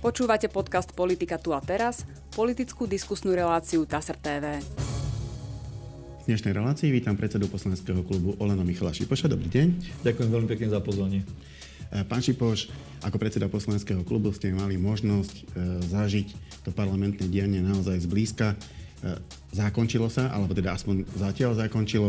Počúvate podcast Politika tu a teraz, politickú diskusnú reláciu TASR TV. V dnešnej relácii vítam predsedu poslaneckého klubu Olano Michala Šipoša. Dobrý deň. Ďakujem veľmi pekne za pozvanie. Pán Šipoš, ako predseda poslaneckého klubu ste mali možnosť zažiť to parlamentné dianie naozaj zblízka. Zakončilo sa, alebo teda aspoň zatiaľ zakončilo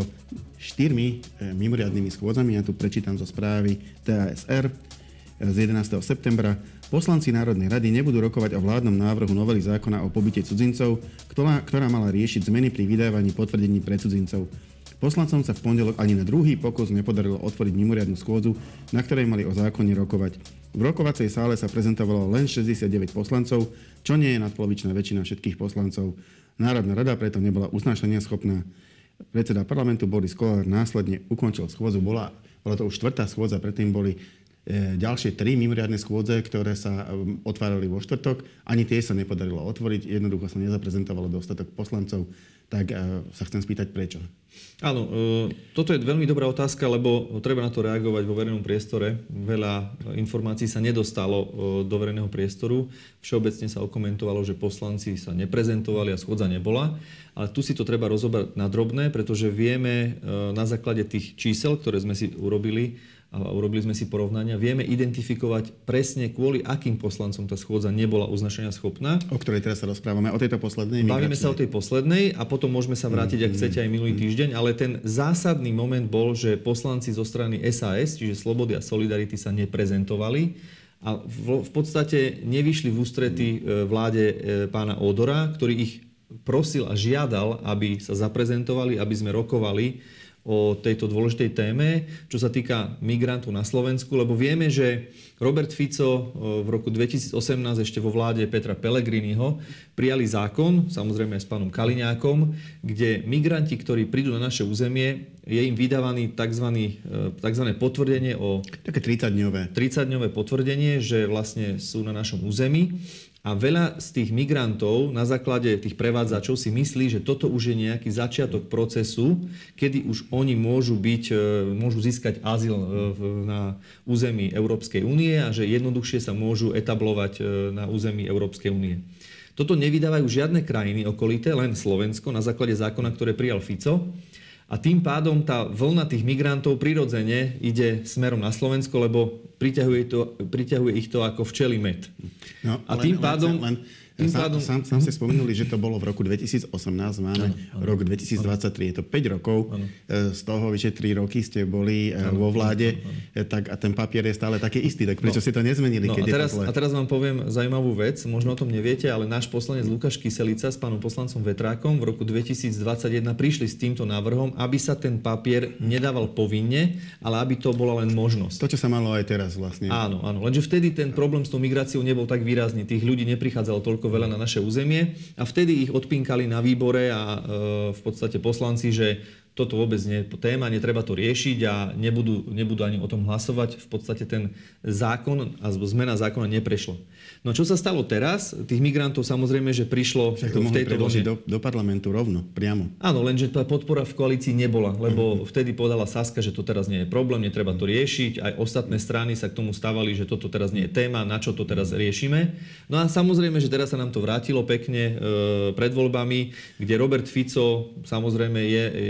4 mimoriadnymi schôdzami. Ja tu prečítam zo správy TASR z 11. septembra. Poslanci Národnej rady nebudú rokovať o vládnom návrhu novely zákona o pobyte cudzincov, ktorá mala riešiť zmeny pri vydávaní potvrdení pre cudzincov. Poslancom sa v pondelok ani na druhý pokus nepodarilo otvoriť mimoriadnu schôdzu, na ktorej mali o zákone rokovať. V rokovacej sále sa prezentovalo len 69 poslancov, čo nie je nadpolovičná väčšina všetkých poslancov. Národná rada preto nebola uznášania schopná. Predseda parlamentu Boris Kollár následne ukončil schôdzu. Bola to už 4. schôdza, predtým boli ďalšie 3 mimoriadne schôdze, ktoré sa otvárali vo štvrtok. Ani tie sa nepodarilo otvoriť, jednoducho sa nezaprezentovalo dostatok poslancov. Tak sa chcem spýtať, prečo? Áno, toto je veľmi dobrá otázka, lebo treba na to reagovať vo verejnom priestore. Veľa informácií sa nedostalo do verejného priestoru. Všeobecne sa okomentovalo, že poslanci sa neprezentovali a schôdza nebola. Ale tu si to treba rozobrať na drobné, pretože vieme na základe tých čísel, ktoré sme si urobili, a urobili sme si porovnania, vieme identifikovať presne, kvôli akým poslancom tá schôdza nebola uznašania schopná. O ktorej teraz sa rozprávame, o tejto poslednej? Bavíme sa o tej poslednej a potom môžeme sa vrátiť, ak chcete, aj minulý týždeň, ale ten zásadný moment bol, že poslanci zo strany SAS, čiže Slobody a Solidarity, sa neprezentovali a v podstate nevyšli v ústrety vláde pána Ódora, ktorý ich prosil a žiadal, aby sa zaprezentovali, aby sme rokovali o tejto dôležitej téme, čo sa týka migrantov na Slovensku, lebo vieme, že Robert Fico v roku 2018 ešte vo vláde Petra Pellegriniho prijali zákon, samozrejme aj s pánom Kaliňákom, kde migranti, ktorí prídu na naše územie, je im vydávaný tzv. Potvrdenie o... Také 30-dňové potvrdenie, že vlastne sú na našom území. A veľa z tých migrantov na základe tých prevádzačov si myslí, že toto už je nejaký začiatok procesu, kedy už oni môžu získať azyl na území Európskej únie a že jednoduchšie sa môžu etablovať na území Európskej únie. Toto nevydávajú žiadne krajiny okolité, len Slovensko na základe zákona, ktoré prijal Fico. A tým pádom tá vlna tých migrantov prirodzene ide smerom na Slovensko, lebo priťahuje ich to ako včelí med. No, a tým pádom... Sám ste spomenuli, že to bolo v roku 2018, máme rok 2023, je to 5 rokov, z toho vyše 3 roky ste boli vo vláde, tak a ten papier je stále taký istý, tak prečo ste to nezmenili? A teraz vám poviem zaujímavú vec, možno o tom neviete, ale náš poslanec Lukáš Kyselica s pánom poslancom Vetrákom v roku 2021 prišli s týmto návrhom, aby sa ten papier nedával povinne, ale aby to bola len možnosť. To, čo sa malo aj teraz vlastne. Áno, lenže vtedy ten problém s tou migráciou nebol tak výrazný, tých ľudí neprichádzalo toľko veľa na naše územie a vtedy ich odpinkali na výbore a v podstate poslanci, že toto vôbec nie je téma, netreba to riešiť a nebudú ani o tom hlasovať. V podstate ten zákon a zmena zákona neprešla. No čo sa stalo teraz? Tých migrantov samozrejme, že prišlo však to v tejto predložiť do parlamentu rovno, priamo. Áno, lenže tá podpora v koalícii nebola, lebo vtedy povedala Saska, že to teraz nie je problém, netreba to riešiť. Aj ostatné strany sa k tomu stávali, že toto teraz nie je téma, na čo to teraz riešime. No a samozrejme, že teraz sa nám to vrátilo pekne pred voľbami, kde Robert Fico samozrejme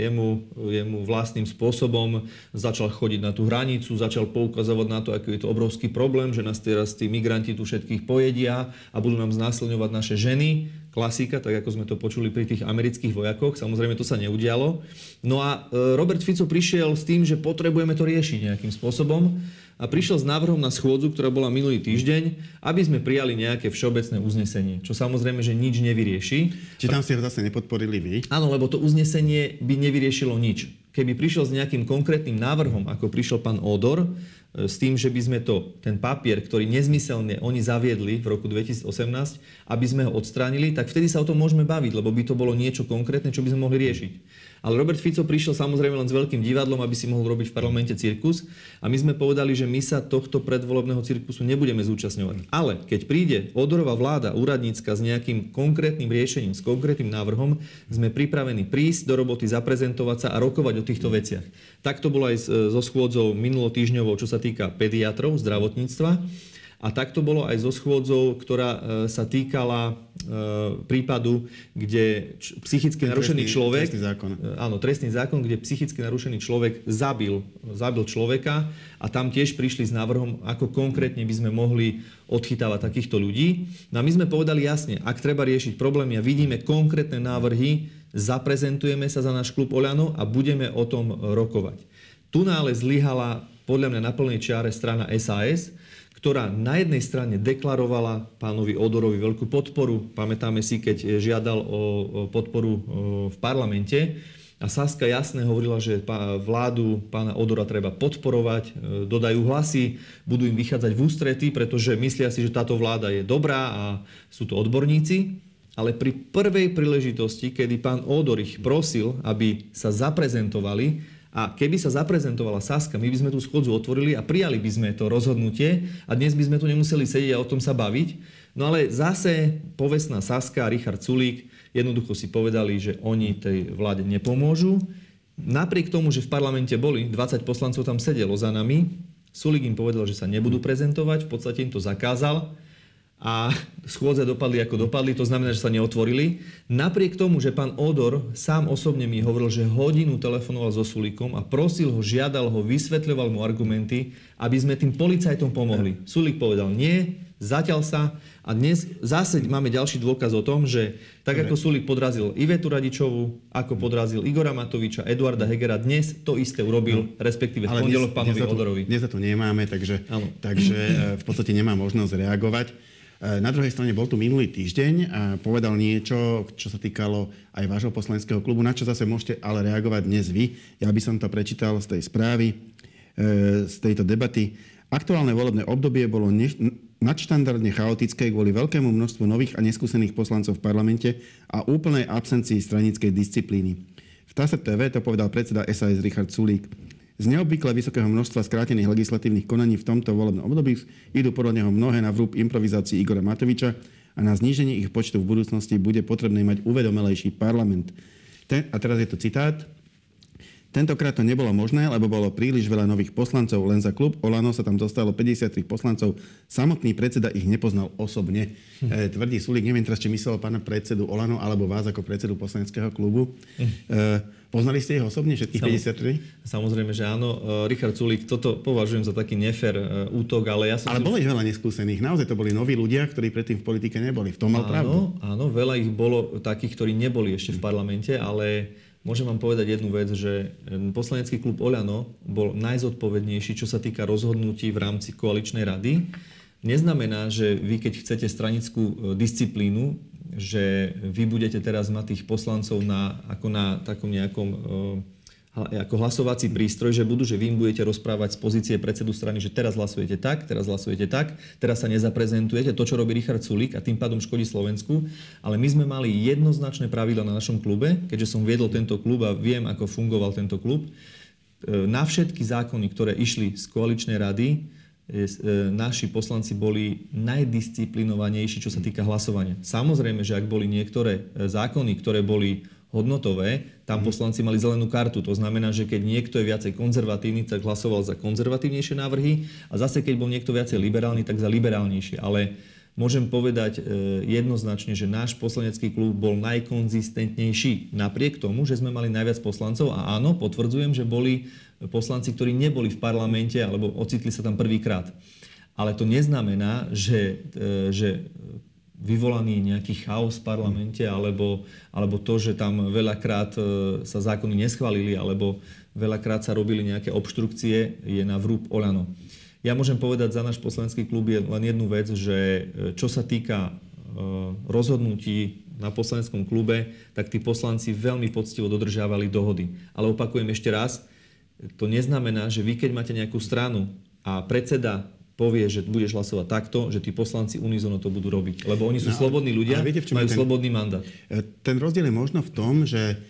jemu vlastným spôsobom začal chodiť na tú hranicu, začal poukazovať na to, aký je to obrovský problém, že nás teraz tí migranti tu všetkých pojedia a budú nám znásilňovať naše ženy. Klasika, tak ako sme to počuli pri tých amerických vojakoch. Samozrejme, to sa neudialo. No a Robert Fico prišiel s tým, že potrebujeme to riešiť nejakým spôsobom a prišiel s návrhom na schôdzu, ktorá bola minulý týždeň, aby sme prijali nejaké všeobecné uznesenie, čo samozrejme, že nič nevyrieši. Či tam ste ho zase nepodporili vy? Áno, lebo to uznesenie by nevyriešilo nič. Keby prišiel s nejakým konkrétnym návrhom, ako prišiel pán Ódor, s tým, že by sme ten papier, ktorý nezmyselne oni zaviedli v roku 2018, aby sme ho odstránili, tak vtedy sa o tom môžeme baviť, lebo by to bolo niečo konkrétne, čo by sme mohli riešiť. Ale Robert Fico prišiel samozrejme len s veľkým divadlom, aby si mohol robiť v parlamente cirkus. A my sme povedali, že my sa tohto predvolebného cirkusu nebudeme zúčastňovať. Ale keď príde Ódorová vláda úradnícka s nejakým konkrétnym riešením, s konkrétnym návrhom, sme pripravení prísť do roboty, zaprezentovať sa a rokovať o týchto veciach. Tak to bolo aj so schôdzou minulotýždňovou, čo sa týka pediatrov, zdravotníctva. A tak to bolo aj so schôdzou, ktorá sa týkala prípadu, kde psychicky narušený človek... Trestný zákon. Áno, trestný zákon, kde psychicky narušený človek zabil človeka a tam tiež prišli s návrhom, ako konkrétne by sme mohli odchytávať takýchto ľudí. No a my sme povedali jasne, ak treba riešiť problémy a vidíme konkrétne návrhy, zaprezentujeme sa za náš klub Oľano a budeme o tom rokovať. Tu ale zlyhala podľa mňa na plnej čiare strana SAS, ktorá na jednej strane deklarovala pánovi Odorovi veľkú podporu. Pamätáme si, keď žiadal o podporu v parlamente. A Saska jasne hovorila, že vládu pána Odora treba podporovať, dodajú hlasy, budú im vychádzať v ústrety, pretože myslia si, že táto vláda je dobrá a sú to odborníci. Ale pri prvej príležitosti, kedy pán Odor ich prosil, aby sa zaprezentovali, a keby sa zaprezentovala Saska, my by sme tú schôdzu otvorili a prijali by sme to rozhodnutie a dnes by sme tu nemuseli sedieť a o tom sa baviť. No ale zase povestná Saska a Richard Sulík jednoducho si povedali, že oni tej vláde nepomôžu. Napriek tomu, že v parlamente boli, 20 poslancov tam sedelo za nami, Sulík im povedal, že sa nebudú prezentovať, v podstate im to zakázal. A schôdze dopadli ako dopadli, to znamená, že sa neotvorili. Napriek tomu, že pán Odor sám osobne mi hovoril, že hodinu telefonoval so Sulíkom a prosil ho, žiadal ho, vysvetľoval mu argumenty, aby sme tým policajtom pomohli. Sulík povedal nie, zatiaľ sa a dnes zase máme ďalší dôkaz o tom, že tak ako Sulík podrazil Ivetu Radičovú, ako podrazil Igora Matoviča, Eduarda Hegera, dnes to isté urobil, respektíve v pondelok pánovi Odorovi. Dnes to nemáme, takže v podstate nemá možnosť reagovať. Na druhej strane bol tu minulý týždeň a povedal niečo, čo sa týkalo aj vášho poslaneckého klubu, na čo zase môžete ale reagovať dnes vy. Ja by som to prečítal z tej správy, z tejto debaty. Aktuálne volebné obdobie bolo nadštandardne chaotické kvôli veľkému množstvu nových a neskúsených poslancov v parlamente a úplnej absencii stranickej disciplíny. V TASR TV to povedal predseda SAS Richard Sulík. Z neobvykle vysokého množstva skrátených legislatívnych konaní v tomto volebnom období idú podľa neho mnohé na vrúb improvizácií Igora Matoviča a na zníženie ich počtu v budúcnosti bude potrebné mať uvedomelejší parlament. A teraz je to citát. Tentokrát to nebolo možné, lebo bolo príliš veľa nových poslancov. Len za klub Oľano sa tam dostalo 53 poslancov. Samotný predseda ich nepoznal osobne. Tvrdí Sulík, neviem teraz, či myslel pána predsedu Oľano alebo vás ako predsedu poslaneckého klubu. Poznali ste ich osobne, všetkých 53? Samozrejme, že áno. Richard Sulík, toto považujem za taký nefér útok, ale ja som... Ale bolo ich veľa neskúsených. Naozaj to boli noví ľudia, ktorí predtým v politike neboli. V tom mal pravdu. Áno, veľa ich bolo takých, ktorí neboli ešte v parlamente, ale môžem vám povedať jednu vec, že poslanecký klub Oľano bol najzodpovednejší, čo sa týka rozhodnutí v rámci koaličnej rady. Neznamená, že vy, keď chcete stranickú disciplínu, že vy budete teraz mať tých poslancov ako na takom nejakom ako hlasovací prístroj, že vy im budete rozprávať z pozície predsedu strany, že teraz hlasujete tak, teraz sa nezaprezentujete, to, čo robí Richard Sulík a tým pádom škodí Slovensku. Ale my sme mali jednoznačné pravidla na našom klube, keďže som viedol tento klub a viem, ako fungoval tento klub. Na všetky zákony, ktoré išli z koaličnej rady, naši poslanci boli najdisciplinovanejší, čo sa týka hlasovania. Samozrejme, že ak boli niektoré zákony, ktoré boli hodnotové, tam poslanci mali zelenú kartu. To znamená, že keď niekto je viacej konzervatívny, tak hlasoval za konzervatívnejšie návrhy a zase keď bol niekto viacej liberálny, tak za liberálnejšie. Ale môžem povedať jednoznačne, že náš poslanecký klub bol najkonzistentnejší. Napriek tomu, že sme mali najviac poslancov a áno, potvrdzujem, že boli poslanci, ktorí neboli v parlamente alebo ocitli sa tam prvýkrát. Ale to neznamená, že vyvolaný nejaký chaos v parlamente alebo to, že tam veľakrát sa zákony neschválili alebo veľakrát sa robili nejaké obštrukcie, je na vrúb Oľano. Ja môžem povedať za náš poslanecký klub je len jednu vec, že čo sa týka rozhodnutí na poslaneckom klube, tak tí poslanci veľmi poctivo dodržiavali dohody. Ale opakujem ešte raz, to neznamená, že vy, keď máte nejakú stranu a predseda povie, že budeš hlasovať takto, že tí poslanci unizono to budú robiť. Lebo oni sú slobodní ľudia, viete, majú slobodný mandát. Ten rozdiel je možno v tom, že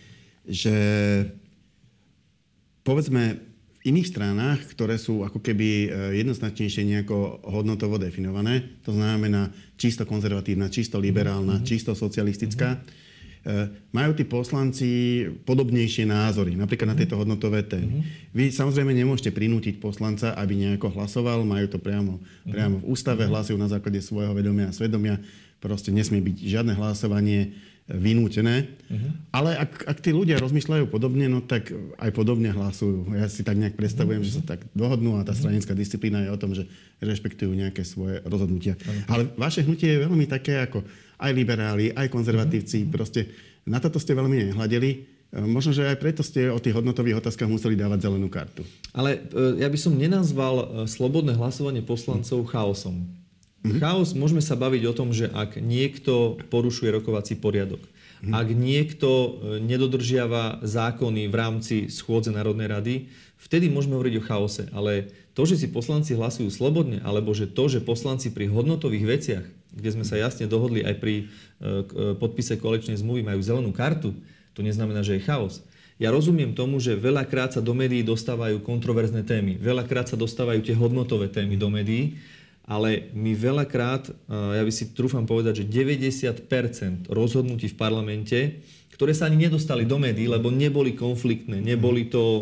povedzme v iných stranách, ktoré sú ako keby jednoznačnejšie nejako hodnotovo definované, to znamená čisto konzervatívna, čisto liberálna, čisto socialistická, majú tí poslanci podobnejšie názory, napríklad na tieto hodnotové témy. Vy samozrejme nemôžete prinútiť poslanca, aby nejako hlasoval, majú to priamo v ústave, hlasujú na základe svojho vedomia a svedomia. Proste nesmie byť žiadne hlasovanie vynútené. Ale ak tí ľudia rozmýšľajú podobne, no tak aj podobne hlasujú. Ja si tak nejak predstavujem, že sa tak dohodnú a tá stranická disciplína je o tom, že rešpektujú nejaké svoje rozhodnutia. Ale vaše hnutie je veľmi také ako aj liberáli, aj konzervatívci. Proste na toto ste veľmi nehľadeli. Možno, že aj preto ste o tých hodnotových otázkach museli dávať zelenú kartu. Ale ja by som nenazval slobodné hlasovanie poslancov chaosom. Chaos, môžeme sa baviť o tom, že ak niekto porušuje rokovací poriadok, ak niekto nedodržiava zákony v rámci schôdze Národnej rady, vtedy môžeme hovoriť o chaose. Ale to, že si poslanci hlasujú slobodne, alebo že to, že poslanci pri hodnotových veciach, kde sme sa jasne dohodli aj pri podpise koaličnej zmluvy, majú zelenú kartu, to neznamená, že je chaos. Ja rozumiem tomu, že veľakrát sa do médií dostávajú kontroverzné témy, veľakrát sa dostávajú tie hodnotové témy do médií, ale my veľakrát, ja by si trúfam povedať, že 90% rozhodnutí v parlamente, ktoré sa ani nedostali do médií, lebo neboli konfliktné, nebol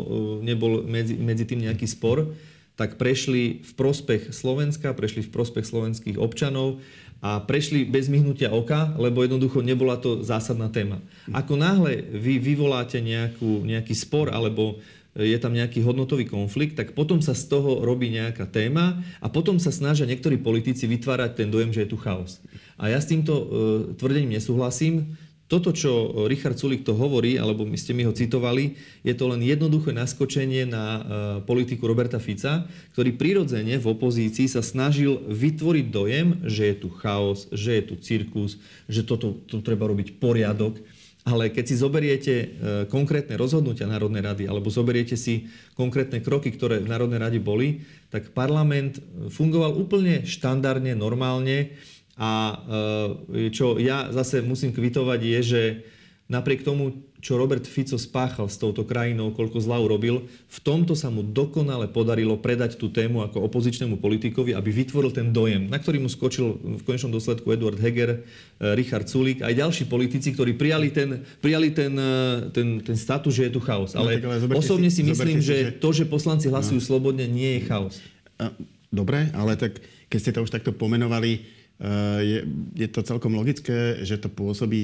medzi tým nejaký spor, tak prešli v prospech Slovenska, prešli v prospech slovenských občanov a prešli bez myhnutia oka, lebo jednoducho nebola to zásadná téma. Ako náhle vy vyvoláte nejaký spor alebo je tam nejaký hodnotový konflikt, tak potom sa z toho robí nejaká téma a potom sa snažia niektorí politici vytvárať ten dojem, že je tu chaos. A ja s týmto tvrdením nesúhlasím. Toto, čo Richard Sulík to hovorí, alebo ste mi ho citovali, je to len jednoduché naskočenie na politiku Roberta Fica, ktorý prirodzene v opozícii sa snažil vytvoriť dojem, že je tu chaos, že je tu cirkus, že tu treba robiť poriadok. Ale keď si zoberiete konkrétne rozhodnutia Národnej rady alebo zoberiete si konkrétne kroky, ktoré v Národnej rade boli, tak parlament fungoval úplne štandardne, normálne a čo ja zase musím kvitovať je, že napriek tomu, čo Robert Fico spáchal s touto krajinou, koľko zla urobil, v tomto sa mu dokonale podarilo predať tú tému ako opozičnému politikovi, aby vytvoril ten dojem, na ktorý mu skočil v konečnom dôsledku Eduard Heger, Richard Sulík, aj ďalší politici, ktorí prijali ten status, že je tu chaos. Ale osobne si myslím, že to, že poslanci hlasujú slobodne, nie je chaos. Dobre, ale tak keď ste to už takto pomenovali, je to celkom logické, že to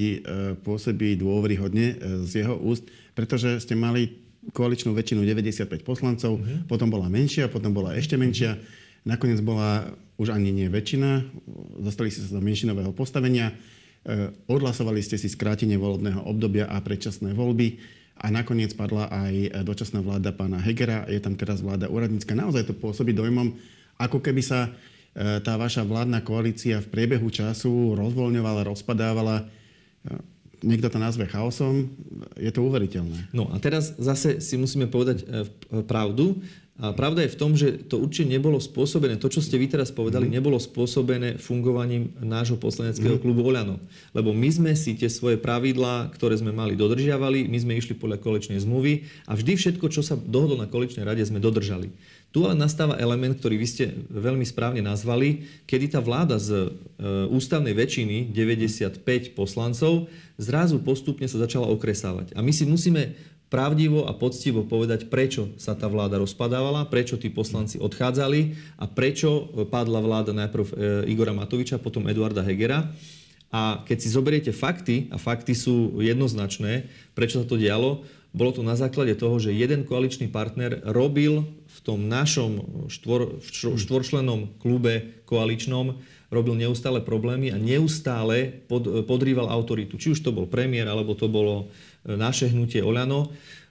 pôsobí dôveryhodne z jeho úst, pretože ste mali koaličnú väčšinu 95 poslancov, potom bola menšia, potom bola ešte menšia, nakoniec bola už ani nie väčšina, dostali ste sa do menšinového postavenia, odhlasovali ste si skrátenie volebného obdobia a predčasné voľby a nakoniec padla aj dočasná vláda pána Hegera, je tam teraz vláda úradnícka. Naozaj to pôsobí dojmom, ako keby sa tá vaša vládna koalícia v priebehu času rozvoľňovala, rozpadávala. Niekto to nazve chaosom. Je to uveriteľné. No a teraz zase si musíme povedať pravdu. A pravda je v tom, že to určite nebolo spôsobené, to, čo ste vy teraz povedali, nebolo spôsobené fungovaním nášho poslaneckého klubu Oľano. Lebo my sme si tie svoje pravidlá, ktoré sme mali, dodržiavali, my sme išli podľa koaličnej zmluvy a vždy všetko, čo sa dohodlo na koaličnej rade, sme dodržali. Tu ale nastáva element, ktorý vy ste veľmi správne nazvali, kedy tá vláda z ústavnej väčšiny, 95 poslancov, zrazu postupne sa začala okresávať. A my si musíme pravdivo a poctivo povedať, prečo sa tá vláda rozpadávala, prečo tí poslanci odchádzali a prečo padla vláda najprv Igora Matoviča, potom Eduarda Hegera. A keď si zoberiete fakty, a fakty sú jednoznačné, prečo sa to dialo, bolo to na základe toho, že jeden koaličný partner robil v tom našom štvorčlennom klube koaličnom, robil neustále problémy a neustále podrýval autoritu. Či už to bol premiér, alebo to bolo naše hnutie Oľano,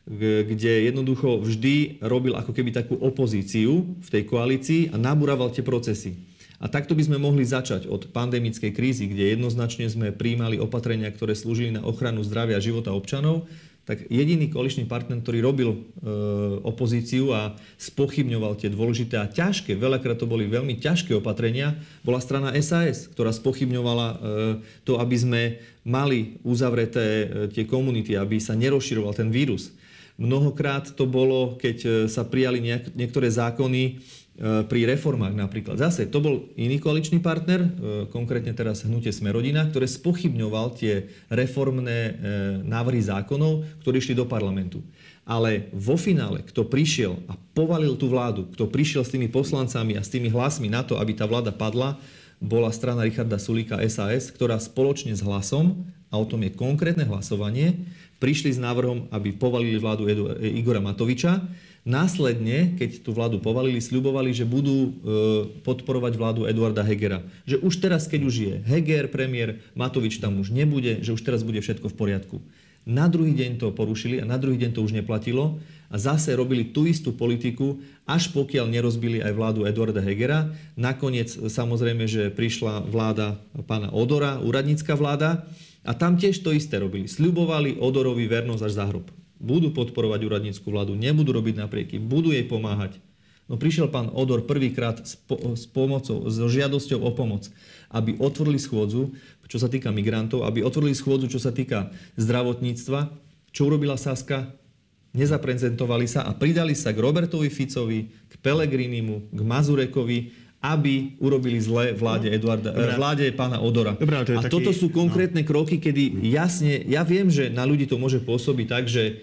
kde jednoducho vždy robil ako keby takú opozíciu v tej koalícii a nabúraval tie procesy. A takto by sme mohli začať od pandemickej krízy, kde jednoznačne sme prijímali opatrenia, ktoré slúžili na ochranu zdravia a života občanov, tak jediný koaličný partner, ktorý robil opozíciu a spochybňoval tie dôležité a ťažké, veľakrát to boli veľmi ťažké opatrenia, bola strana SAS, ktorá spochybňovala to, aby sme mali uzavreté tie komunity, aby sa nerozširoval ten vírus. Mnohokrát to bolo, keď sa prijali niektoré zákony, pri reformách napríklad. Zase, to bol iný koaličný partner, konkrétne teraz hnutie Smer-rodina, ktoré spochybňoval tie reformné návrhy zákonov, ktoré išli do parlamentu. Ale vo finále, kto prišiel a povalil tú vládu, kto prišiel s tými poslancami a s tými hlasmi na to, aby tá vláda padla, bola strana Richarda Sulíka SAS, ktorá spoločne s Hlasom, a o tom je konkrétne hlasovanie, prišli s návrhom, aby povalili vládu Igora Matoviča. Následne, keď tú vládu povalili, sľubovali, že budú podporovať vládu Eduarda Hegera. Že už teraz, keď už je Heger premiér, Matovič tam už nebude, že už teraz bude všetko v poriadku. Na druhý deň to porušili a na druhý deň to už neplatilo a zase robili tú istú politiku, až pokiaľ nerozbili aj vládu Eduarda Hegera. Nakoniec samozrejme, že prišla vláda pána Odora, úradnícka vláda, a tam tiež to isté robili. Sľubovali Odorovi vernosť až za hrob. Budú podporovať úradnícku vládu, nebudú robiť naprieky, budú jej pomáhať. No prišiel pán Odor prvýkrát s žiadosťou o pomoc, aby otvorili schôdzu, čo sa týka migrantov, aby otvorili schôdzu, čo sa týka zdravotníctva. Čo urobila Saska? Nezaprezentovali sa a pridali sa k Robertovi Ficovi, k Pellegrinimu, k Mazurekovi, aby urobili zle vláde vláde pána Odora. Dobre, a toto sú konkrétne kroky, kedy jasne, ja viem, že na ľudí to môže pôsobiť tak, že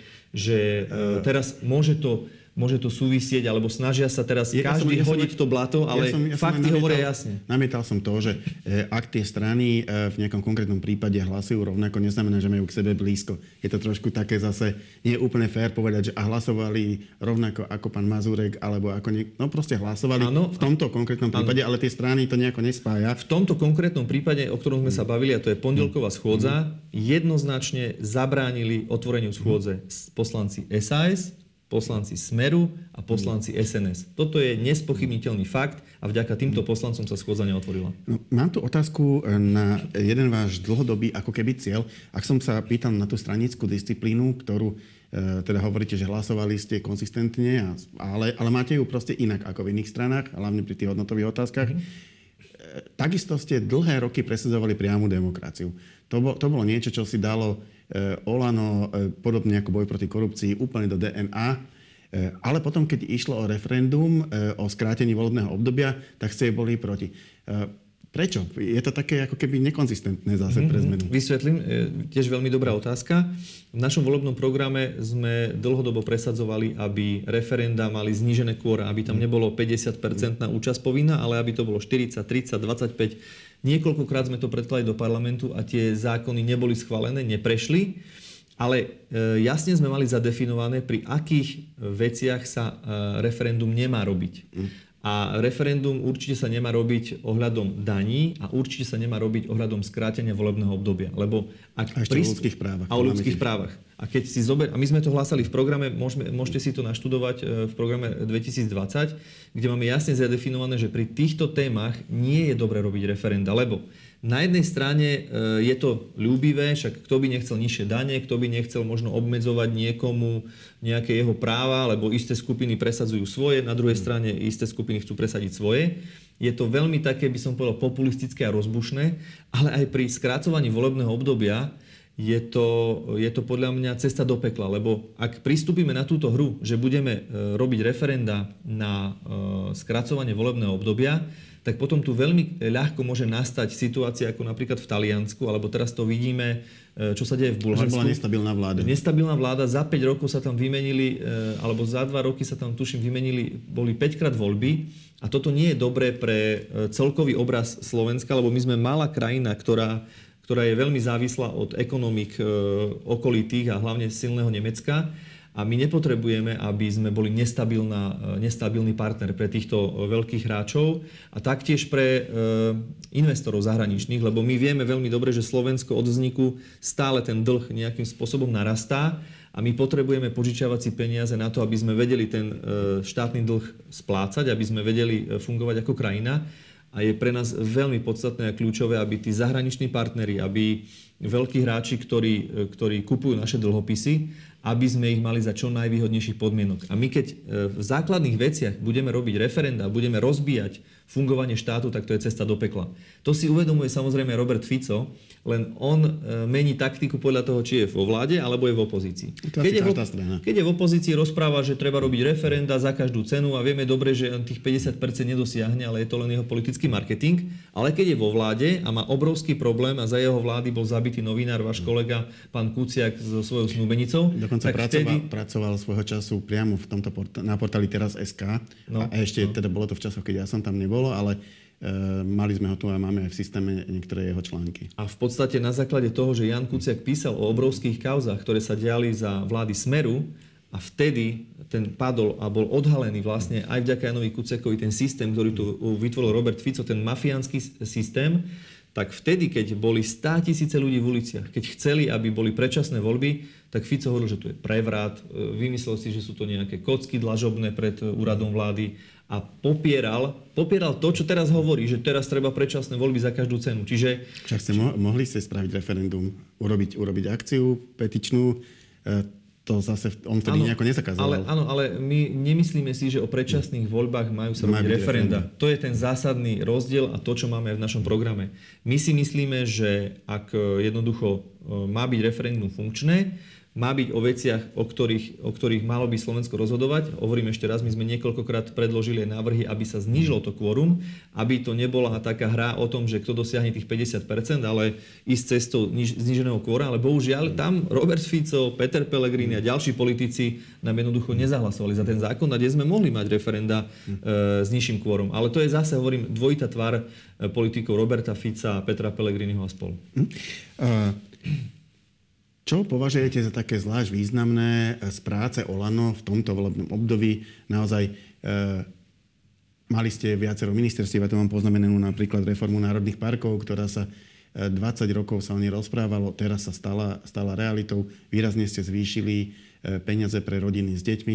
teraz môže to súvisieť, alebo snažia sa teraz každý hodiť to blato, ale fakty hovoria jasne. Namietal som to, že ak tie strany v nejakom konkrétnom prípade hlasujú rovnako, neznamená, že majú k sebe blízko. Je to trošku také zase, nie je úplne fér povedať, že hlasovali rovnako ako pán Mazurek, alebo ako no proste hlasovali v tomto konkrétnom prípade, ale tie strany to nejako nespája. V tomto konkrétnom prípade, o ktorom sme sa bavili, a to je pondelková schôdza, jednoznačne zabránili otvoreniu schôdze poslanci SAS, poslanci Smeru a poslanci SNS. Toto je nespochybniteľný fakt a vďaka týmto poslancom sa schôdza neotvorila. No, mám tu otázku na jeden váš dlhodobý ako keby cieľ. Ak som sa pýtal na tú stranickú disciplínu, ktorú teda hovoríte, že hlasovali ste konzistentne, ale máte ju proste inak ako v iných stranách, hlavne pri tých hodnotových otázkach. Takisto ste dlhé roky presadzovali priamu demokraciu. To bolo niečo, čo si dalo Olano, podobne ako boj proti korupcii, úplne do DNA. Ale potom, keď išlo o referendum, o skrátení volebného obdobia, tak ste boli proti. Prečo? Je to také ako keby nekonzistentné zase pre zmenu. Vysvetlím. Tiež veľmi dobrá otázka. V našom volebnom programe sme dlhodobo presadzovali, aby referenda mali znížené kvóra, aby tam nebolo 50% účasť povinná, ale aby to bolo 40, 30, 25. Niekoľkokrát sme to predkladali do parlamentu a tie zákony neboli schválené, neprešli. Ale jasne sme mali zadefinované, pri akých veciach sa referendum nemá robiť. A referendum určite sa nemá robiť ohľadom daní a určite sa nemá robiť ohľadom skrátenia volebného obdobia. Lebo ak o ľudských právach. A o ľudských právach. A keď si a my sme to hlásali v programe, môžete si to naštudovať v programe 2020, kde máme jasne zadefinované, že pri týchto témach nie je dobre robiť referenda, lebo na jednej strane je to ľúbivé, však kto by nechcel nižšie dane, kto by nechcel možno obmedzovať niekomu nejaké jeho práva, lebo isté skupiny presadzujú svoje, na druhej strane isté skupiny chcú presadiť svoje. Je to veľmi také, by som povedal, populistické a rozbušné, ale aj pri skrácovaní volebného obdobia je to podľa mňa cesta do pekla, lebo ak pristúpime na túto hru, že budeme robiť referenda na skracovanie volebného obdobia, tak potom tu veľmi ľahko môže nastať situácia ako napríklad v Taliansku, alebo teraz to vidíme, čo sa deje v Bulharsku. Že bola nestabilná vláda. Nestabilná vláda, za 5 rokov sa tam vymenili, alebo za 2 roky sa tam, tuším, vymenili, boli 5-krát voľby a toto nie je dobré pre celkový obraz Slovenska, lebo my sme malá krajina, ktorá je veľmi závislá od ekonomík okolitých a hlavne silného Nemecka. A my nepotrebujeme, aby sme boli nestabilný partner pre týchto veľkých hráčov a taktiež pre investorov zahraničných, lebo my vieme veľmi dobre, že Slovensko od vzniku stále ten dlh nejakým spôsobom narastá a my potrebujeme požičiavať si peniaze na to, aby sme vedeli ten štátny dlh splácať, aby sme vedeli fungovať ako krajina. A je pre nás veľmi podstatné a kľúčové, aby tí zahraniční partneri, aby veľkí hráči, ktorí kupujú naše dlhopisy, aby sme ich mali za čo najvýhodnejších podmienok. A my keď v základných veciach budeme robiť referenda, budeme rozbíjať fungovanie štátu, tak to je cesta do pekla. To si uvedomuje samozrejme Robert Fico, len on mení taktiku podľa toho, či je vo vláde, alebo je v opozícii. Keď je v opozícii, rozpráva, že treba robiť referenda za každú cenu a vieme dobre, že on tých 50% nedosiahne, ale je to len jeho politický marketing. Ale keď je vo vláde a má obrovský problém a za jeho vlády bol zabitý novinár, váš kolega, pán Kuciak so svojou snúbenicou. Dokonca pracoval svojho času priamo v tomto na portáli Teraz.sk. A ešte teda bolo to v časoch, keď ja som tam nebol, ale mali sme ho tu a máme aj v systéme niektoré jeho články. A v podstate na základe toho, že Ján Kuciak písal o obrovských kauzách, ktoré sa diali za vlády Smeru a vtedy ten padol a bol odhalený vlastne aj vďaka Jánovi Kuciakovi ten systém, ktorý tu vytvoril Robert Fico, ten mafiánsky systém, tak vtedy, keď boli 100 000 ľudí v uliciach, keď chceli, aby boli predčasné voľby, tak Fico hovoril, že tu je prevrat, vymyslel si, že sú to nejaké kocky dlažobné pred úradom vlády a popieral to, čo teraz hovorí, že teraz treba predčasné voľby za každú cenu. Čiže mohli ste spraviť referendum, urobiť akciu petičnú, to zase on vtedy nejako nezakázal. Ale my nemyslíme si, že o predčasných voľbách majú sa robiť referenda. To je ten zásadný rozdiel a to, čo máme aj v našom programe. My si myslíme, že ak jednoducho má byť referendum funkčné, má byť o veciach, o ktorých malo by Slovensko rozhodovať. Hovorím ešte raz, my sme niekoľkokrát predložili návrhy, aby sa znížilo to kvórum, aby to nebola taká hra o tom, že kto dosiahne tých 50%, ale ísť cestou zníženého kvóra. Ale bohužiaľ tam Robert Fico, Peter Pellegrini a ďalší politici nám jednoducho nezahlasovali za ten zákon, a kde sme mohli mať referenda s nižším kvórom. Ale to je zase, hovorím, dvojitá tvár politikov Roberta Fica, Petra Pellegriniho a spolu. Čo považujete za také zvlášť významné z práce Olano v tomto volebnom období? Naozaj mali ste viacero ministerstiev, ja to mám poznamenanú napríklad reformu národných parkov, ktorá sa 20 rokov sa o nej rozprávalo, teraz sa stala realitou. Výrazne ste zvýšili peniaze pre rodiny s deťmi.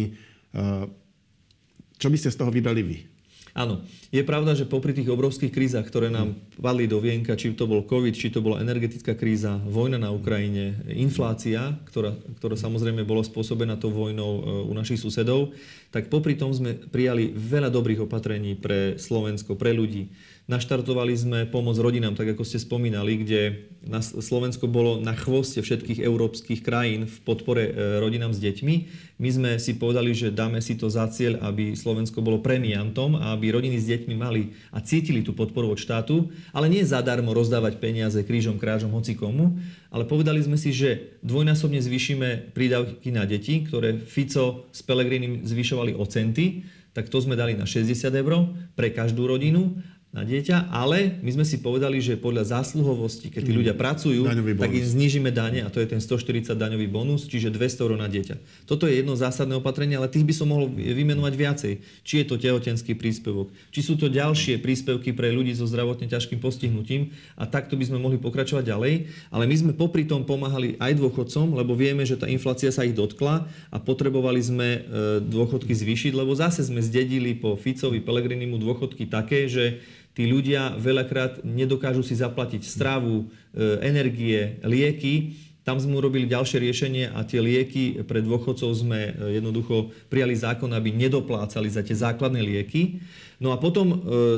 Čo by ste z toho vybrali vy? Áno, je pravda, že popri tých obrovských krízach, ktoré nám padli do vienka, či to bol COVID, či to bola energetická kríza, vojna na Ukrajine, inflácia, ktorá samozrejme bola spôsobená tou vojnou u našich susedov, tak popri tom sme prijali veľa dobrých opatrení pre Slovensko, pre ľudí. Naštartovali sme pomoc rodinám, tak ako ste spomínali, kde Slovensko bolo na chvoste všetkých európskych krajín v podpore rodinám s deťmi. My sme si povedali, že dáme si to za cieľ, aby Slovensko bolo premiantom a aby rodiny s deťmi mali a cítili tú podporu od štátu, ale nie zadarmo rozdávať peniaze krížom, krážom, hocikomu, ale povedali sme si, že dvojnásobne zvýšime prídavky na deti, ktoré Fico s Pellegrinim zvyšovali o centy, tak to sme dali na 60 eur pre každú rodinu na dieťa, ale my sme si povedali, že podľa zásluhovosti, keď tí ľudia pracujú, tak im znížime dane a to je ten 140 daňový bonus, čiže 200 eur na dieťa. Toto je jedno zásadné opatrenie, ale tých by som mohol vymenovať viacej. Či je to tehotenský príspevok, či sú to ďalšie príspevky pre ľudí so zdravotne ťažkým postihnutím a takto by sme mohli pokračovať ďalej. Ale my sme popri tom pomáhali aj dôchodcom, lebo vieme, že tá inflácia sa ich dotkla a potrebovali sme dôchodky zvýšiť, lebo zase sme zdedili po Ficovi, Pellegrinimu dôchodky také, že tí ľudia veľakrát nedokážu si zaplatiť stravu, energie, lieky. Tam sme urobili ďalšie riešenie a tie lieky pre dôchodcov sme jednoducho prijali zákon, aby nedoplácali za tie základné lieky. No a potom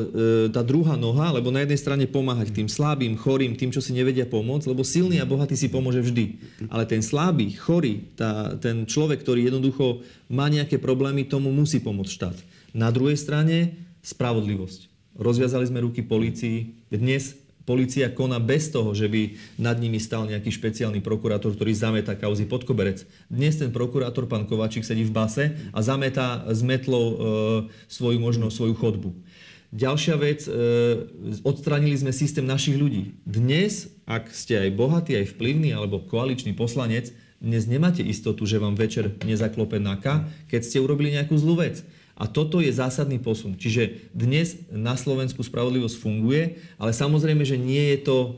tá druhá noha, lebo na jednej strane pomáhať tým slabým, chorým, tým, čo si nevedia pomôcť, lebo silný a bohatý si pomôže vždy. Ale ten slabý, chorý, ten človek, ktorý jednoducho má nejaké problémy, tomu musí pomôcť štát. Na druhej strane spravodlivosť. Rozviazali sme ruky polícii. Dnes polícia koná bez toho, že by nad nimi stal nejaký špeciálny prokurátor, ktorý zametá kauzy pod koberec. Dnes ten prokurátor, pán Kováčik, sedí v base a zametá s metlou svoju chodbu. Ďalšia vec, odstránili sme systém našich ľudí. Dnes, ak ste aj bohatý, aj vplyvný alebo koaličný poslanec, dnes nemáte istotu, že vám večer nezaklope NAKA, keď ste urobili nejakú zlú vec. A toto je zásadný posun. Čiže dnes na Slovensku spravodlivosť funguje, ale samozrejme, že nie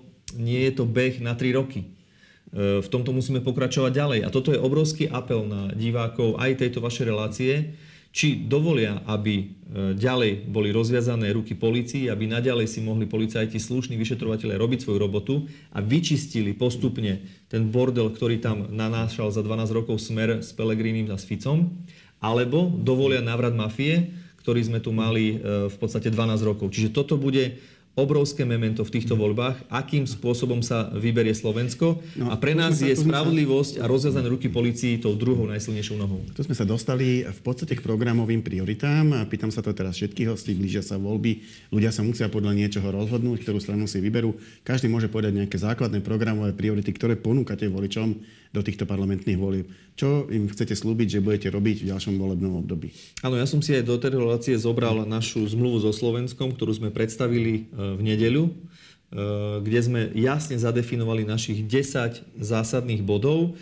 je to beh na 3 roky. V tomto musíme pokračovať ďalej. A toto je obrovský apel na divákov aj tejto vašej relácie. či dovolia, aby ďalej boli rozviazané ruky polícii, aby naďalej si mohli policajti, slušní vyšetrovatelia robiť svoju robotu a vyčistili postupne ten bordel, ktorý tam nanášal za 12 rokov Smer s Pellegrinim a s Ficom, alebo dovolia návrat mafie, ktorý sme tu mali v podstate 12 rokov. Čiže toto bude obrovské memento v týchto voľbách, akým spôsobom sa vyberie Slovensko. A pre nás je spravodlivosť a rozviazané ruky polícii tou druhou najsilnejšou nohou. Tu sme sa dostali v podstate k programovým prioritám. Pýtam sa to teraz všetkých hostí, blížia sa voľby. Ľudia sa musia podľa niečoho rozhodnúť, ktorú stranu si vyberú. Každý môže povedať nejaké základné programové priority, ktoré ponúkate voličom do týchto parlamentných volieb. Čo im chcete slúbiť, že budete robiť v ďalšom volebnom období? Áno, ja som si aj do tej relácie zobral našu zmluvu so Slovenskom, ktorú sme predstavili v nedeľu, kde sme jasne zadefinovali našich 10 zásadných bodov,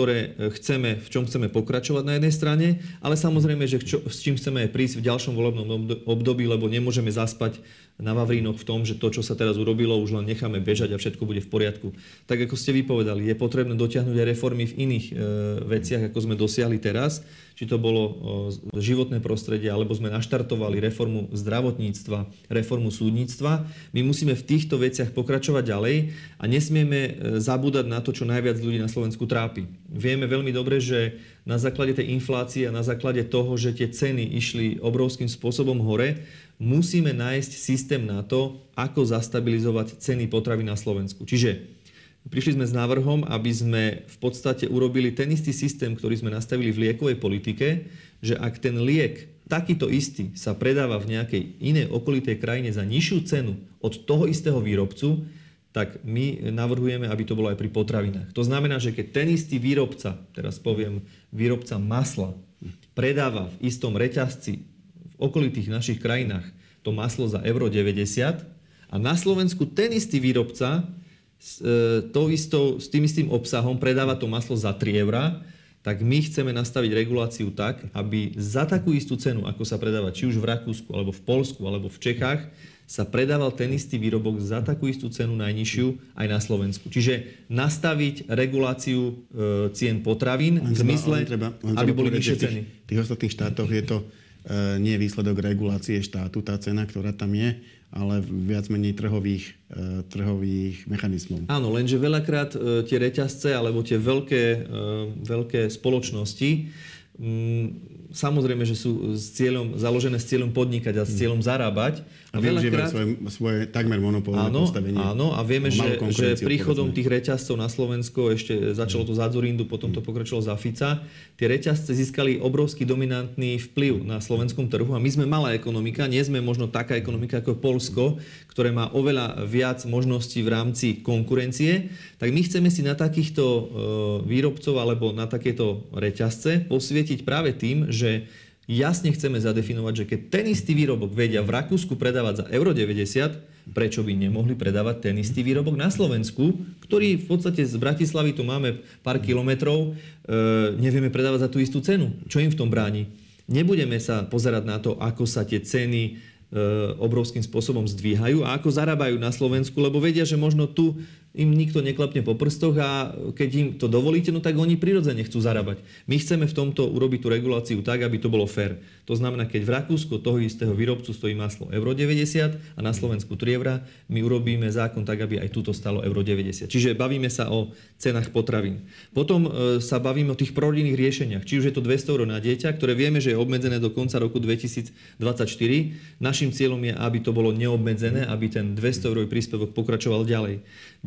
v čom chceme pokračovať na jednej strane, ale samozrejme, že s čím chceme aj prísť v ďalšom volebnom období, lebo nemôžeme zaspať na vavrínoch v tom, že to, čo sa teraz urobilo, už len necháme bežať a všetko bude v poriadku. Tak ako ste vypovedali, je potrebné dotiahnuť aj reformy v iných veciach, ako sme dosiahli teraz, či to bolo životné prostredie, alebo sme naštartovali reformu zdravotníctva, reformu súdnictva. My musíme v týchto veciach pokračovať ďalej a nesmieme zabúdať na to, čo najviac ľudí na Slovensku trápi. Vieme veľmi dobre, že na základe tej inflácie a na základe toho, že tie ceny išli obrovským spôsobom hore, musíme nájsť systém na to, ako zastabilizovať ceny potravín na Slovensku. Čiže prišli sme s návrhom, aby sme v podstate urobili ten istý systém, ktorý sme nastavili v liekovej politike, že ak ten liek takýto istý sa predáva v nejakej inej okolitej krajine za nižšiu cenu od toho istého výrobcu, tak my navrhujeme, aby to bolo aj pri potravinách. To znamená, že keď ten istý výrobca, teraz poviem výrobca masla, predáva v istom reťazci v okolitých našich krajinách to maslo za €90 a na Slovensku ten istý výrobca s tým istým obsahom predáva to maslo za 3 €, tak my chceme nastaviť reguláciu tak, aby za takú istú cenu, ako sa predáva či už v Rakúsku, alebo v Poľsku, alebo v Čechách, sa predával ten istý výrobok za takú istú cenu najnižšiu aj na Slovensku. Čiže nastaviť reguláciu cien potravín v zmysle, aby boli nižšie ceny. V tých ostatných štátoch je to nie výsledok regulácie štátu, tá cena, ktorá tam je, ale viac menej trhových mechanizmov. Áno, lenže veľakrát tie reťazce alebo tie veľké spoločnosti samozrejme, že sú založené s cieľom podnikať a s cieľom zarábať. A využívajú svoje takmer monopolné postavenie. Áno, a vieme, že príchodom tých reťazcov na Slovensko ešte začalo to za Dzurindu, potom to pokračovalo za Fica. Tie reťazce získali obrovský dominantný vplyv na slovenskom trhu a my sme malá ekonomika, nie sme možno taká ekonomika ako Poľsko, ktoré má oveľa viac možností v rámci konkurencie, tak my chceme si na takýchto výrobcov alebo na takéto reťazce posvietiť práve tým, že jasne chceme zadefinovať, že keď ten istý výrobok vedia v Rakúsku predávať za €90, prečo by nemohli predávať ten istý výrobok na Slovensku, ktorý v podstate z Bratislavy, tu máme pár kilometrov, nevieme predávať za tú istú cenu. Čo im v tom bráni? Nebudeme sa pozerať na to, ako sa tie ceny obrovským spôsobom zdvíhajú a ako zarábajú na Slovensku, lebo vedia, že možno tu im nikto neklapne po prstoch a keď im to dovolíte, no tak oni prirodzene chcú zarábať. My chceme v tomto urobiť tú reguláciu tak, aby to bolo fair. To znamená, keď v Rakúsku toho istého výrobcu stojí maslo €90 a na Slovensku 3 €, my urobíme zákon tak, aby aj túto stalo €90. Čiže bavíme sa o cenách potravín. Potom sa bavíme o tých prorodinných riešeniach. Či už je to 200 € na dieťa, ktoré vieme, že je obmedzené do konca roku 2024. Naším cieľom je, aby to bolo neobmedzené, aby ten 200 € príspevok pokračoval ďalej.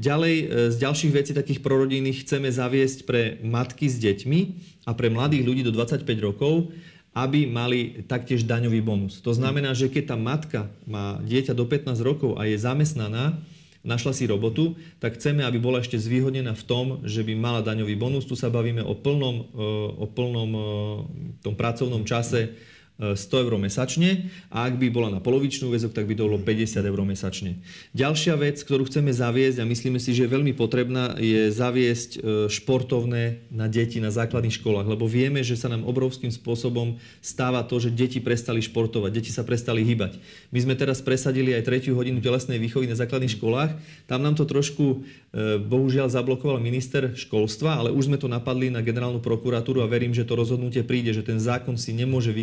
Z ďalších vecí takých prorodinných chceme zaviesť pre matky s deťmi a pre mladých ľudí do 25 rokov, aby mali taktiež daňový bonus. To znamená, že keď tá matka má dieťa do 15 rokov a je zamestnaná, našla si robotu, tak chceme, aby bola ešte zvýhodnená v tom, že by mala daňový bonus. Tu sa bavíme o plnom tom pracovnom čase 100 € mesačne a ak by bola na polovičnú väzok, tak by to bolo 50 € mesačne. Ďalšia vec, ktorú chceme zaviesť a myslíme si, že je veľmi potrebná, je zaviesť športovné na deti na základných školách, lebo vieme, že sa nám obrovským spôsobom stáva to, že deti prestali športovať, deti sa prestali hýbať. My sme teraz presadili aj 3. hodinu telesnej výchovy na základných školách. Tam nám to trošku bohužiaľ zablokoval minister školstva, ale už sme to napadli na generálnu prokuratúru a verím, že to rozhodnutie príde, že ten zákon si nemôže vykladať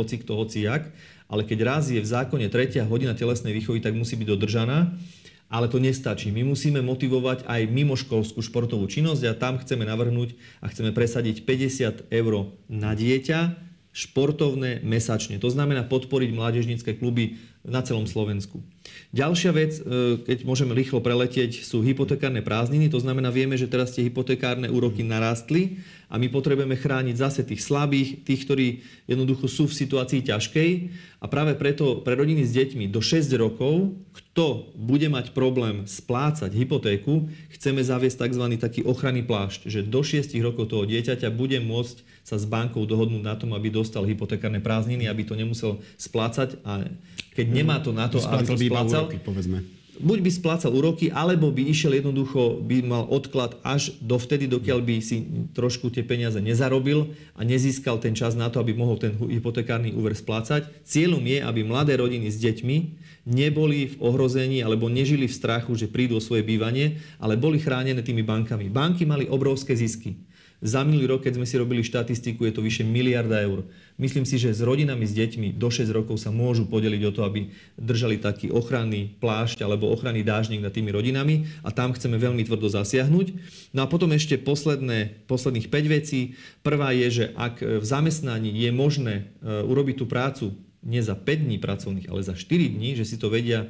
hocikto, hociak, ale keď raz je v zákone 3. hodina telesnej výchovy, tak musí byť dodržaná. Ale to nestačí. My musíme motivovať aj mimoškolskú športovú činnosť a tam chceme navrhnúť a chceme presadiť 50 € na dieťa športovné mesačne. To znamená podporiť mládežnícke kluby na celom Slovensku. Ďalšia vec, keď môžeme rýchlo preletieť, sú hypotekárne prázdniny. To znamená, vieme, že teraz tie hypotekárne úroky narástli a my potrebujeme chrániť zase tých slabých, tých, ktorí jednoducho sú v situácii ťažkej. A práve preto pre rodiny s deťmi do 6 rokov, kto bude mať problém splácať hypotéku, chceme zaviesť tzv. Taký ochranný plášť, že do 6 rokov toho dieťaťa bude môcť sa s bankou dohodnúť na tom, aby dostal hypotekárne prázdniny, aby to nemusel splácať a keď nemá to na to, aby to splácal, úroky, povedzme. Buď by splácal úroky, alebo by išiel jednoducho, by mal odklad až dovtedy, dokiaľ by si trošku tie peniaze nezarobil a nezískal ten čas na to, aby mohol ten hypotekárny úver splácať. Cieľom je, aby mladé rodiny s deťmi neboli v ohrození alebo nežili v strachu, že prídu o svoje bývanie, ale boli chránené tými bankami. Banky mali obrovské zisky. Za minulý rok, keď sme si robili štatistiku, je to vyše 1 miliarda eur. Myslím si, že s rodinami s deťmi do 6 rokov sa môžu podeliť o to, aby držali taký ochranný plášť alebo ochranný dážnik nad tými rodinami a tam chceme veľmi tvrdo zasiahnuť. No a potom ešte posledných 5 vecí. Prvá je, že ak v zamestnaní je možné urobiť tú prácu nie za 5 dní pracovných, ale za 4 dní, že si to vedia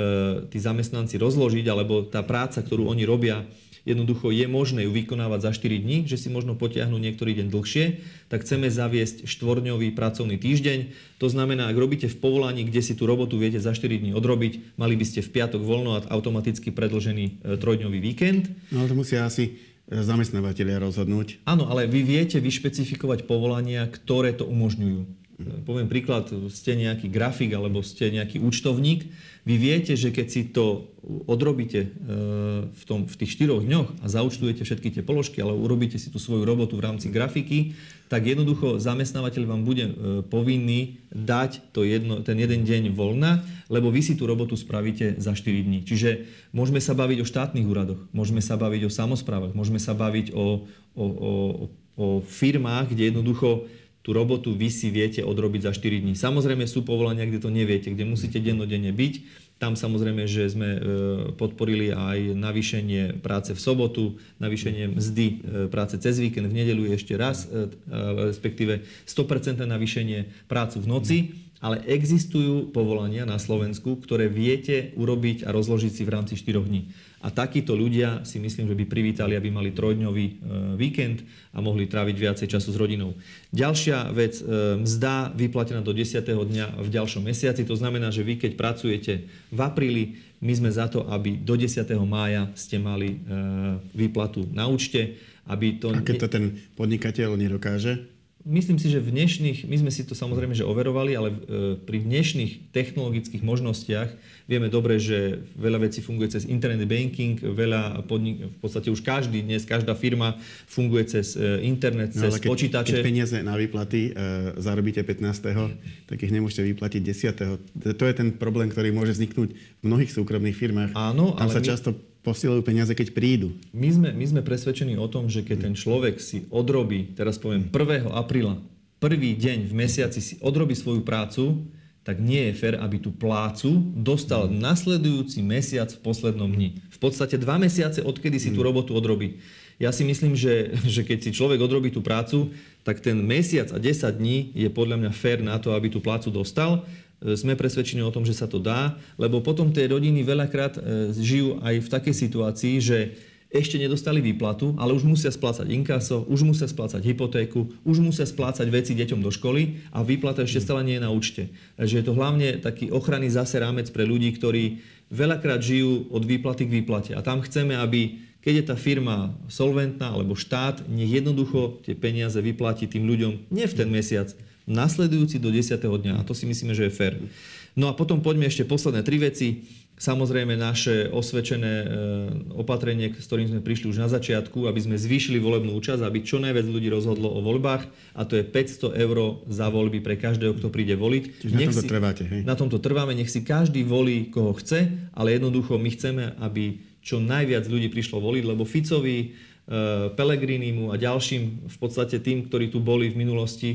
tí zamestnanci rozložiť, alebo tá práca, ktorú oni robia, jednoducho je možné ju vykonávať za 4 dní, že si možno potiahnu niektorý deň dlhšie, tak chceme zaviesť 4-dňový pracovný týždeň. To znamená, ak robíte v povolaní, kde si tú robotu viete za 4 dní odrobiť, mali by ste v piatok voľno a automaticky predĺžený 3-dňový víkend. No ale to musia asi zamestnávateľia rozhodnúť. Áno, ale vy viete vyšpecifikovať povolania, ktoré to umožňujú. Poviem príklad, ste nejaký grafik alebo ste nejaký účtovník, vy viete, že keď si to odrobíte v tých 4 dňoch a zaúčtujete všetky tie položky, ale urobíte si tú svoju robotu v rámci grafiky, tak jednoducho zamestnávateľ vám bude povinný dať ten jeden deň voľna, lebo vy si tú robotu spravíte za 4 dní. Čiže môžeme sa baviť o štátnych úradoch, môžeme sa baviť o samosprávach, môžeme sa baviť o firmách, kde jednoducho tú robotu vy si viete odrobiť za 4 dní. Samozrejme sú povolania, kde to neviete, kde musíte dennodenne byť. Tam samozrejme, že sme podporili aj navýšenie práce v sobotu, navýšenie mzdy práce cez víkend, v nedeľu ešte raz, respektíve 100% navýšenie prácu v noci. Ale existujú povolania na Slovensku, ktoré viete urobiť a rozložiť si v rámci 4 dní. A takíto ľudia si myslím, že by privítali, aby mali 3-dňový víkend a mohli tráviť viacej času s rodinou. Ďalšia vec, mzda vyplatená do 10. dňa v ďalšom mesiaci. To znamená, že vy keď pracujete v apríli, my sme za to, aby do 10. mája ste mali výplatu na účte. Aby to... A keď to ten podnikateľ nedokáže? Myslím si, že my sme si to samozrejme že overovali, ale pri dnešných technologických možnostiach vieme dobre, že veľa vecí funguje cez internet banking, v podstate už každá firma funguje cez internet, cez počítače. Keď peniaze na výplaty zarobíte 15., tak ich nemôžete vyplatiť 10. To je ten problém, ktorý môže vzniknúť v mnohých súkromných firmách. Áno, tam sa často posielajú peniaze, keď prídu. My sme presvedčení o tom, že keď ten človek si odrobí, teraz poviem 1. apríla, prvý deň v mesiaci si odrobí svoju prácu, tak nie je fér, aby tú plácu dostal nasledujúci mesiac v poslednom dni. V podstate 2 mesiace, odkedy si tú robotu odrobí. Ja si myslím, že keď si človek odrobí tú prácu, tak ten mesiac a 10 dní je podľa mňa fér na to, aby tú plácu dostal. Sme presvedčení o tom, že sa to dá, lebo potom tie rodiny veľakrát žijú aj v takej situácii, že ešte nedostali výplatu, ale už musia splácať inkaso, už musia splácať hypotéku, už musia splácať veci deťom do školy a výplata ešte stále nie je na účte. Takže je to hlavne taký ochranný zase rámec pre ľudí, ktorí veľakrát žijú od výplaty k výplate. A tam chceme, aby keď je tá firma solventná alebo štát, nech jednoducho tie peniaze vyplatí tým ľuďom nie v ten mesiac, nasledujúci do 10. dňa. A to si myslíme, že je fér. No a potom poďme ešte posledné 3 veci. Samozrejme naše osvedčené opatrenie, s ktorým sme prišli už na začiatku, aby sme zvýšili volebnú účasť, aby čo najviac ľudí rozhodlo o voľbách, a to je 500 € za voľby pre každého, kto príde voliť. Čiže na tomto trváte, hej? Na tomto trváme, nech si každý volí, koho chce, ale jednoducho my chceme, aby čo najviac ľudí prišlo voliť, lebo Ficovi, Pellegrinimu a ďalším, v podstate tým, ktorí tu boli v minulosti,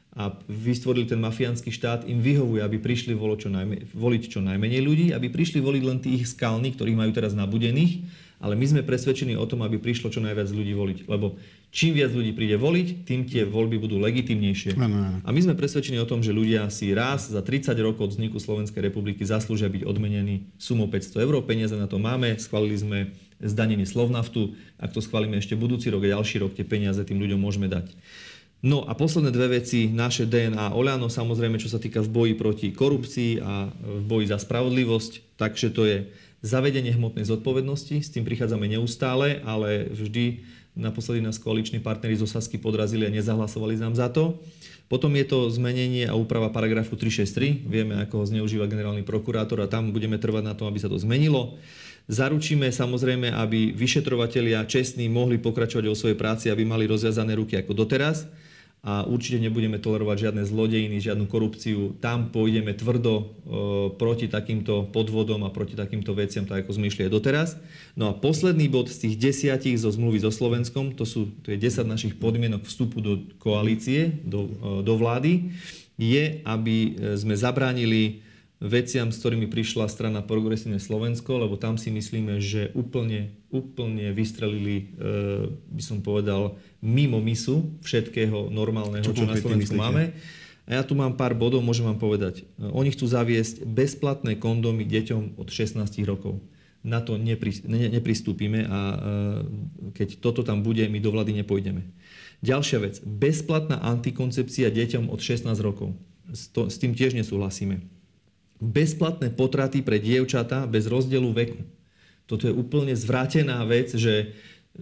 a vystvorili ten mafiánsky štát, im vyhovuje, aby prišli voliť čo najmenej ľudí, aby prišli voliť len tých skalných, ktorých majú teraz nabudených, ale my sme presvedčení o tom, aby prišlo čo najviac ľudí voliť. Lebo čím viac ľudí príde voliť, tým tie voľby budú legitímnejšie. Ano. A my sme presvedčení o tom, že ľudia si raz za 30 rokov od vzniku Slovenskej republiky zaslúžia byť odmenení sumou 500 eur. Peniaze na to máme, schválili sme zdanenie Slovnaftu. Ak to schválime ešte budúci rok a ďalší rok, tie peniaze tým ľuďom môžeme dať. No a posledné dve veci, naše DNA Oľano, samozrejme, čo sa týka v boji proti korupcii a v boji za spravodlivosť, takže to je zavedenie hmotnej zodpovednosti, s tým prichádzame neustále, ale vždy naposledy nás koaliční partneri zo Sasky podrazili a nezahlasovali nám za to. Potom je to zmenenie a úprava paragrafu 363, vieme, ako ho zneužíva generálny prokurátor a tam budeme trvať na tom, aby sa to zmenilo. Zaručíme samozrejme, aby vyšetrovatelia čestní mohli pokračovať vo svojej práci, aby mali rozviazané ruky ako doteraz. A určite nebudeme tolerovať žiadne zlodejiny, žiadnu korupciu. Tam pôjdeme tvrdo proti takýmto podvodom a proti takýmto veciam, tak ako sme išli aj doteraz. No a posledný bod z tých 10 zo zmluvy so Slovenskom, to je 10 našich podmienok vstupu do koalície, do vlády, je, aby sme zabránili veciam, s ktorými prišla strana Progresívne Slovensko, lebo tam si myslíme, že úplne vystrelili, by som povedal, mimo misu všetkého normálneho, čo na Slovensku máme. A ja tu mám pár bodov, môžem vám povedať. Oni chcú zaviesť bezplatné kondómy deťom od 16 rokov. Na to nepristúpime a keď toto tam bude, my do vlády nepôjdeme. Ďalšia vec. Bezplatná antikoncepcia deťom od 16 rokov. S tým tiež nesúhlasíme. Bezplatné potraty pre dievčatá bez rozdielu veku. Toto je úplne zvrátená vec, že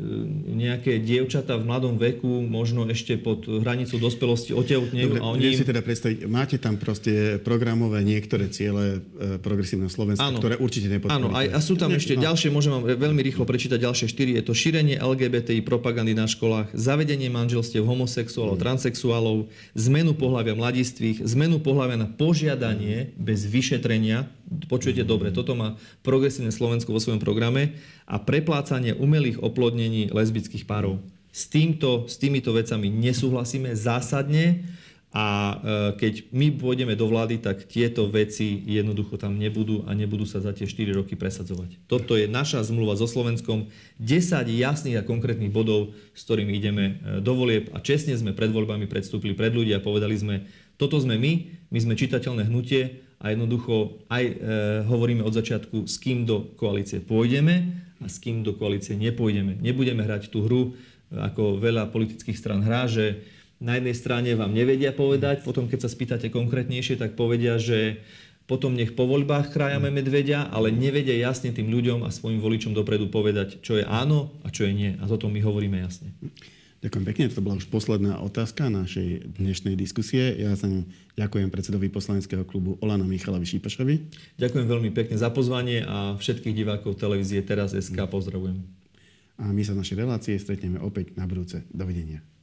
nejaké dievčatá v mladom veku, možno ešte pod hranicu dospelosti otehotnejú. A oni si teda predstaviť, máte tam proste programové niektoré ciele Progresívneho Slovenska, ktoré určite nepodporíte. Áno, a sú tam ešte ďalšie, môžem vám veľmi rýchlo prečítať ďalšie 4. Je to šírenie LGBTI propagandy na školách, zavedenie manželstiev homosexuálov, transsexuálov, zmenu pohlavia mladistvých, zmenu pohlavia na požiadanie bez vyšetrenia. Počujete dobre, toto má Progresívne Slovensko vo svojom programe a preplácanie umelých oplodnení lesbických párov. S týmito vecami nesúhlasíme zásadne a keď my pôjdeme do vlády, tak tieto veci jednoducho tam nebudú a nebudú sa za tie 4 roky presadzovať. Toto je naša zmluva so Slovenskom, 10 jasných a konkrétnych bodov, s ktorými ideme do volieb a čestne sme pred voľbami predstúpili pred ľudí a povedali sme, toto sme my sme čitateľné hnutie a jednoducho aj hovoríme od začiatku, s kým do koalície pôjdeme a s kým do koalície nepôjdeme. Nebudeme hrať tú hru, ako veľa politických strán hrá, že na jednej strane vám nevedia povedať, potom keď sa spýtate konkrétnejšie, tak povedia, že potom nech po voľbách krájame medvedia, ale nevedia jasne tým ľuďom a svojim voličom dopredu povedať, čo je áno a čo je nie. A toto my hovoríme jasne. Ďakujem pekne, to bola už posledná otázka našej dnešnej diskusie. Ja sa ďakujem predsedovi poslaneckého klubu Oľano Michalovi Šipošovi. Ďakujem veľmi pekne za pozvanie a všetkých divákov televízie Teraz.sk pozdravujem. A my sa v našej relácie stretneme opäť na budúce. Dovidenia.